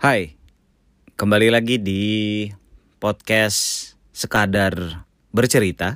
Hai, kembali lagi di podcast Sekadar Bercerita.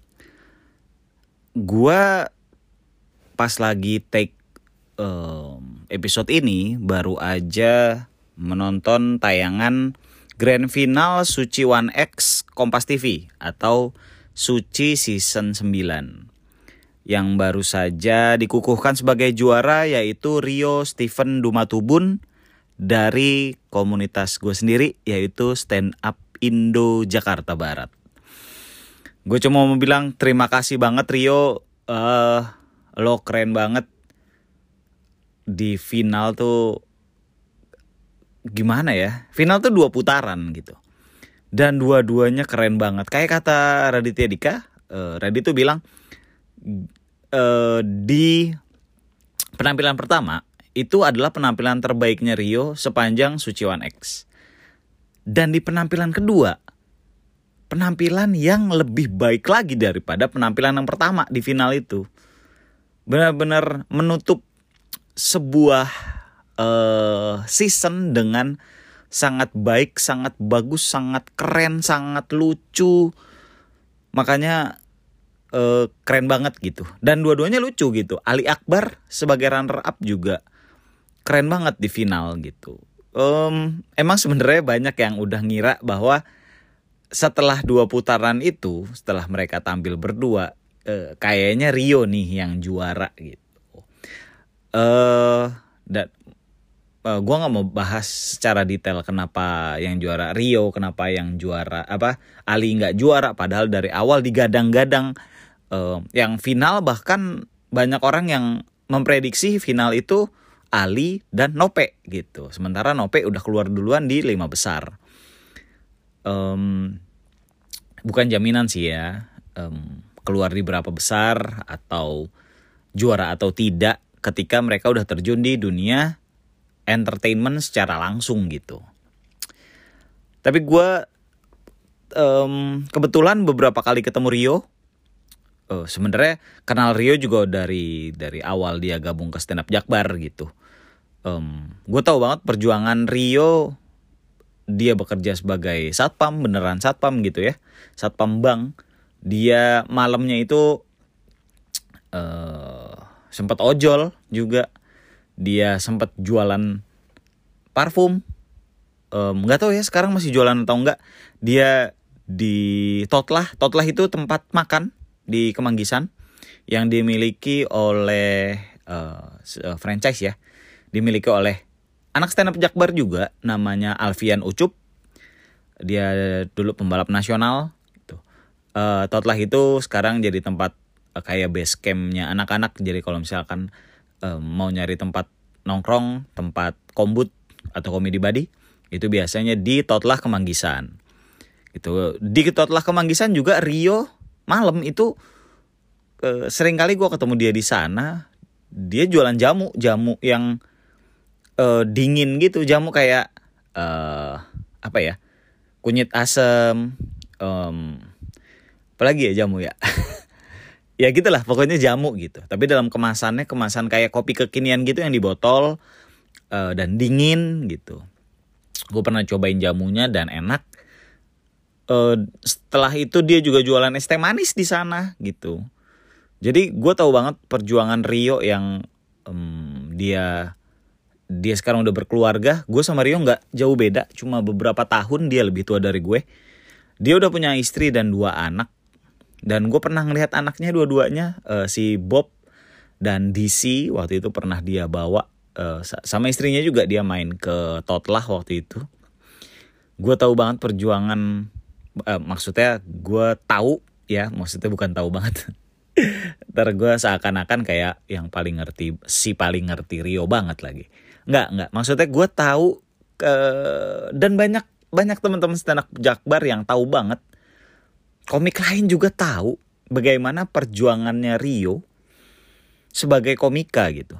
Gua pas lagi take episode ini baru aja menonton tayangan Grand Final Suci 1X Kompas TV atau Suci Season 9 yang baru saja dikukuhkan sebagai juara, yaitu Rio Steven Dumatubun dari komunitas gue sendiri, yaitu Stand Up Indo Jakarta Barat. Gue cuma mau bilang terima kasih banget Rio, lo keren banget. Di final tuh gimana ya, final tuh 2 putaran gitu, dan dua-duanya keren banget. Kayak kata Raditya Dika, Radit tuh bilang di penampilan pertama itu adalah penampilan terbaiknya Rio sepanjang Suci 1X. Dan di penampilan kedua, penampilan yang lebih baik lagi daripada penampilan yang pertama di final itu. Benar-benar menutup sebuah season dengan sangat baik, sangat bagus, sangat keren, sangat lucu. Makanya keren banget gitu. Dan dua-duanya lucu gitu. Ali Akbar sebagai runner up juga keren banget di final gitu. Emang sebenarnya banyak yang udah ngira bahwa setelah 2 putaran itu, setelah mereka tampil berdua, kayaknya Rio nih yang juara gitu. Dan gue nggak mau bahas secara detail kenapa yang juara Rio, kenapa yang juara Ali nggak juara, padahal dari awal digadang-gadang. Yang final bahkan banyak orang yang memprediksi final itu Ali dan Nope gitu. Sementara Nope udah keluar duluan di 5 besar. Bukan jaminan sih ya, keluar di berapa besar atau juara atau tidak ketika mereka udah terjun di dunia entertainment secara langsung gitu. Tapi gue kebetulan beberapa kali ketemu Rio. Sebenarnya kenal Rio juga dari awal dia gabung ke Stand Up Jakbar gitu. Gue tahu banget perjuangan Rio. Dia bekerja sebagai satpam, beneran satpam gitu ya, satpam bank. Dia malamnya itu sempat ojol juga. Dia sempat jualan parfum. Nggak tahu ya sekarang masih jualan atau enggak. Dia di Totlah itu tempat makan di Kemanggisan yang dimiliki oleh franchise ya, dimiliki oleh anak stand up Jakbar juga, namanya Alfian Ucup. Dia dulu pembalap nasional gitu. Totlah itu sekarang jadi tempat kayak base campnya anak-anak. Jadi kalau misalkan mau nyari tempat nongkrong, tempat kombut atau komedi buddy, itu biasanya di Totlah Kemanggisan gitu. Di Totlah Kemanggisan juga Rio malam itu sering kali gue ketemu dia di sana. Dia jualan jamu yang dingin gitu, jamu kayak kunyit asem, apalagi ya jamu ya. Ya gitulah pokoknya jamu gitu. Tapi dalam kemasan kayak kopi kekinian gitu yang di botol dan dingin gitu. Gue pernah cobain jamunya dan enak. Setelah itu dia juga jualan es teh manis di sana gitu. Jadi gue tahu banget perjuangan Rio yang dia sekarang udah berkeluarga. Gue sama Rio nggak jauh beda, cuma beberapa tahun dia lebih tua dari gue. Dia udah punya istri dan 2 anak. Dan gue pernah ngelihat anaknya dua-duanya, si Bob dan DC. Waktu itu pernah dia bawa sama istrinya juga, dia main ke Totlah waktu itu. Gue tahu banget perjuangan. Maksudnya gue tahu ya, maksudnya bukan tahu banget. Ntar gue seakan-akan kayak yang paling ngerti Rio banget lagi. Enggak. Maksudnya gue tahu dan banyak teman-teman stand up Jakbar yang tahu banget. Komik lain juga tahu bagaimana perjuangannya Rio sebagai komika gitu.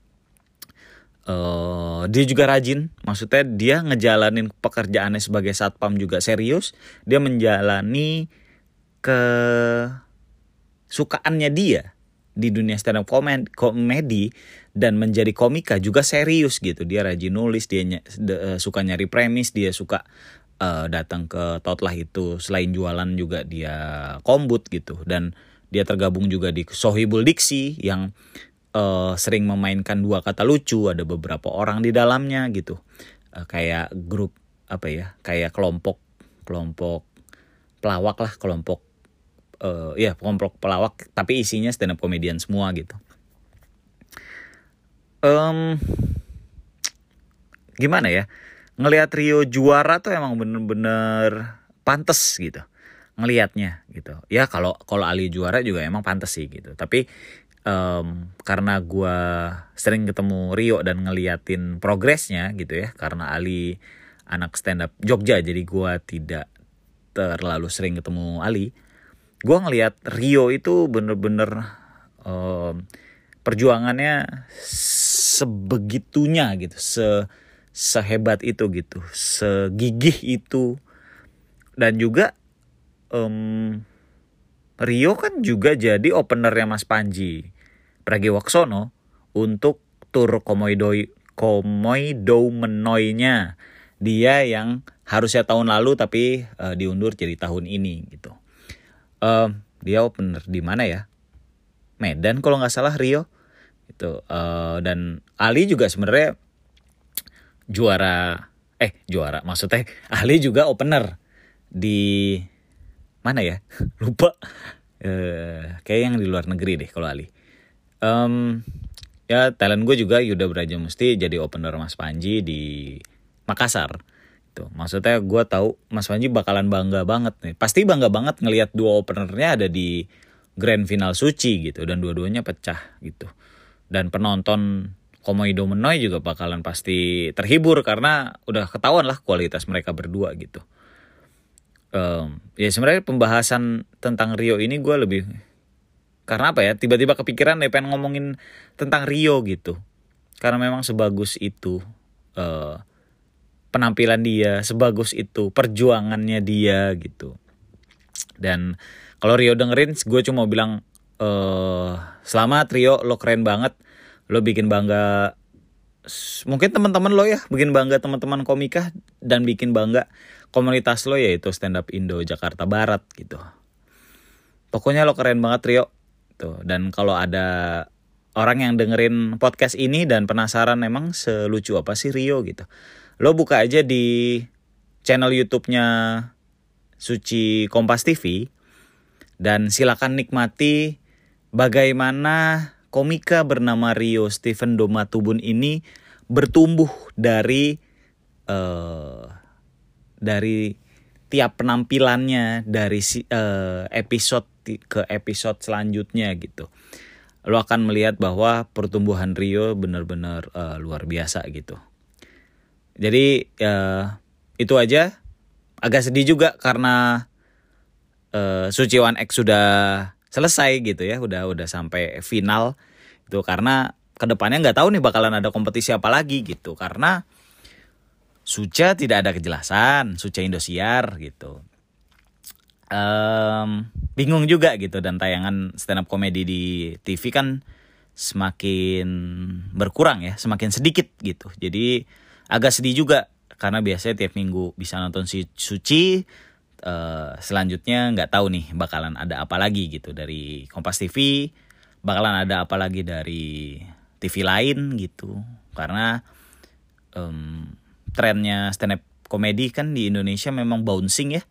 Dia juga rajin, maksudnya dia ngejalanin pekerjaannya sebagai satpam juga serius. Dia menjalani kesukaannya dia di dunia stand up komedi dan menjadi komika juga serius gitu. Dia rajin nulis, dia suka nyari premis, dia suka datang ke Totlah itu. Selain jualan juga dia kombut gitu, dan dia tergabung juga di Sohibul Diksi yang sering memainkan dua kata lucu. Ada beberapa orang di dalamnya gitu, kayak grup kayak kelompok pelawak lah, kelompok pelawak tapi isinya stand up comedian semua gitu. Gimana ya, ngelihat Rio juara tuh emang bener-bener pantes gitu ngelihatnya gitu. Ya kalau Ali juara juga emang pantes sih gitu. Tapi karena gue sering ketemu Rio dan ngeliatin progresnya gitu ya, karena Ali anak stand up Jogja jadi gue tidak terlalu sering ketemu Ali. Gue ngelihat Rio itu bener-bener perjuangannya sebegitunya gitu, sehebat itu gitu, segigih itu. Dan juga Rio kan juga jadi openernya Mas Panji Pragiwaksono untuk tur Komodo-Menoinya dia yang harusnya tahun lalu tapi diundur jadi tahun ini gitu. Dia opener di mana ya? Medan kalau nggak salah Rio gitu. Dan Ali juga sebenarnya juara maksudnya Ali juga opener di mana ya? Lupa. Kayak yang di luar negeri deh kalau Ali. Ya talent gue juga Yuda Brajamusti jadi opener Mas Panji di Makassar. Tuh, maksudnya gue tahu Mas Panji bakalan bangga banget nih. Pasti bangga banget ngelihat dua openernya ada di grand final Suci gitu, dan dua-duanya pecah gitu. Dan penonton Komodo Menoi juga bakalan pasti terhibur karena udah ketahuan lah kualitas mereka berdua gitu. Ya sebenarnya pembahasan tentang Rio ini gue lebih karena apa ya, tiba-tiba kepikiran deh pengen ngomongin tentang Rio gitu. Karena memang sebagus itu penampilan dia, sebagus itu perjuangannya dia gitu. Dan kalau Rio dengerin, gue cuma bilang selamat Rio, lo keren banget, lo bikin bangga mungkin teman-teman lo ya, bikin bangga teman-teman komika dan bikin bangga komunitas lo yaitu stand up Indo Jakarta Barat gitu. Pokoknya lo keren banget Rio tuh. Dan kalau ada orang yang dengerin podcast ini dan penasaran emang selucu apa sih Rio gitu, lo buka aja di channel YouTube-nya Suci Kompas TV dan silakan nikmati bagaimana komika bernama Rio Steven Domatubun ini bertumbuh dari tiap penampilannya, dari episode ke episode selanjutnya gitu. Lo akan melihat bahwa pertumbuhan Rio benar-benar luar biasa gitu. Jadi itu aja. Agak sedih juga karena Suci One X sudah selesai gitu ya, udah sampai final itu, karena kedepannya nggak tahu nih bakalan ada kompetisi apa lagi gitu, karena Suca tidak ada kejelasan, Suca Indosiar gitu. Bingung juga gitu, dan tayangan stand up comedy di TV kan semakin berkurang ya, semakin sedikit gitu. Jadi agak sedih juga karena biasanya tiap minggu bisa nonton si Suci. Selanjutnya nggak tahu nih bakalan ada apa lagi gitu dari Kompas TV, bakalan ada apa lagi dari TV lain gitu, karena trennya stand up comedy kan di Indonesia memang bouncing ya,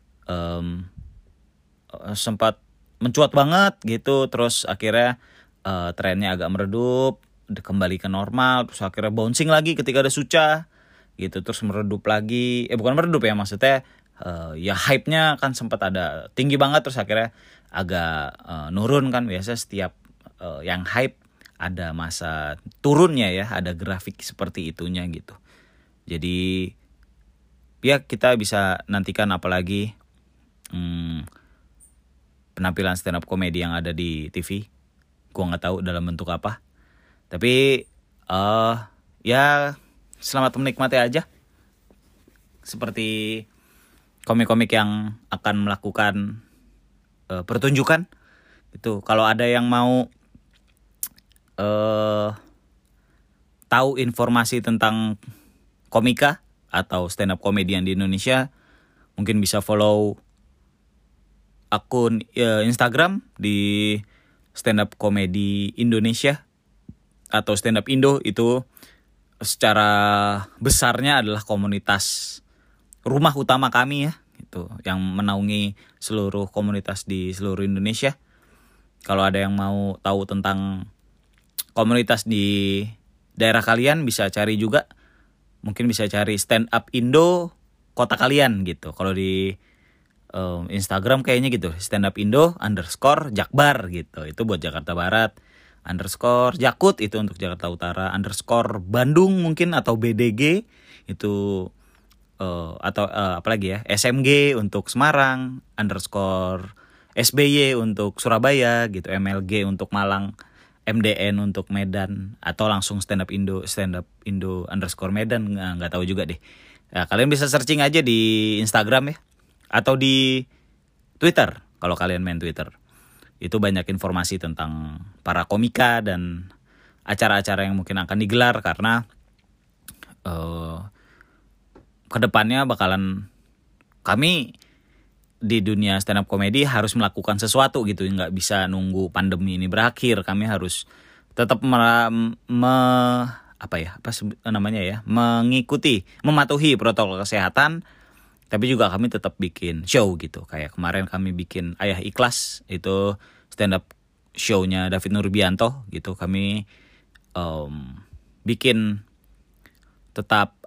sempat mencuat banget gitu, terus akhirnya trennya agak meredup, kembali ke normal, terus akhirnya bouncing lagi ketika ada Suca gitu, terus meredup lagi, bukan meredup ya, maksudnya ya hype-nya kan sempat ada tinggi banget, terus akhirnya agak nurun kan. Biasa setiap yang hype ada masa turunnya ya, ada grafik seperti itunya gitu. Jadi ya kita bisa nantikan apalagi penampilan stand up comedy yang ada di TV. Gua nggak tahu dalam bentuk apa, tapi ya selamat menikmati aja, seperti komik-komik yang akan melakukan pertunjukan itu. Kalau ada yang mau tahu informasi tentang komika atau stand up comedian di Indonesia, mungkin bisa follow akun Instagram di Stand Up Comedy Indonesia atau Stand Up Indo. Itu secara besarnya adalah komunitas rumah utama kami ya, gitu, yang menaungi seluruh komunitas di seluruh Indonesia. Kalau ada yang mau tahu tentang komunitas di daerah kalian, bisa cari juga. Mungkin bisa cari Stand Up Indo kota kalian gitu. Kalau di Instagram kayaknya gitu, Stand Up Indo _Jakbar gitu. Itu buat Jakarta Barat. _Jakut itu untuk Jakarta Utara. _Bandung mungkin atau BDG itu atau apalagi ya, SMG untuk Semarang, _SBY untuk Surabaya gitu, MLG untuk Malang, MDN untuk Medan, atau langsung Stand Up Indo _Medan, nggak tahu juga deh. Nah, kalian bisa searching aja di Instagram ya, atau di Twitter kalau kalian main Twitter. Itu banyak informasi tentang para komika dan acara-acara yang mungkin akan digelar, karena kedepannya bakalan kami di dunia stand up comedy harus melakukan sesuatu gitu, nggak bisa nunggu pandemi ini berakhir. Kami harus tetap mematuhi protokol kesehatan, tapi juga kami tetap bikin show gitu. Kayak kemarin kami bikin Ayah Ikhlas, itu stand up show-nya David Nurbianto gitu. Kami bikin tetap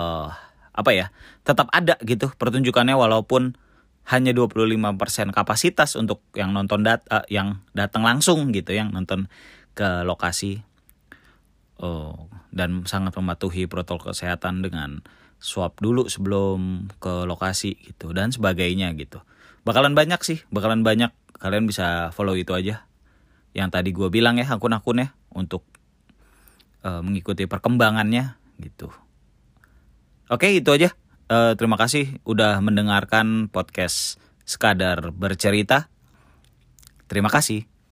tetap ada gitu pertunjukannya, walaupun hanya 25% kapasitas untuk yang nonton yang datang langsung gitu, yang nonton ke lokasi. Dan sangat mematuhi protokol kesehatan dengan swab dulu sebelum ke lokasi gitu, dan sebagainya gitu. Bakalan banyak. Kalian bisa follow itu aja yang tadi gue bilang ya, akun-akunnya, untuk mengikuti perkembangannya gitu. Oke, itu aja. Terima kasih udah mendengarkan podcast Sekadar Bercerita. Terima kasih.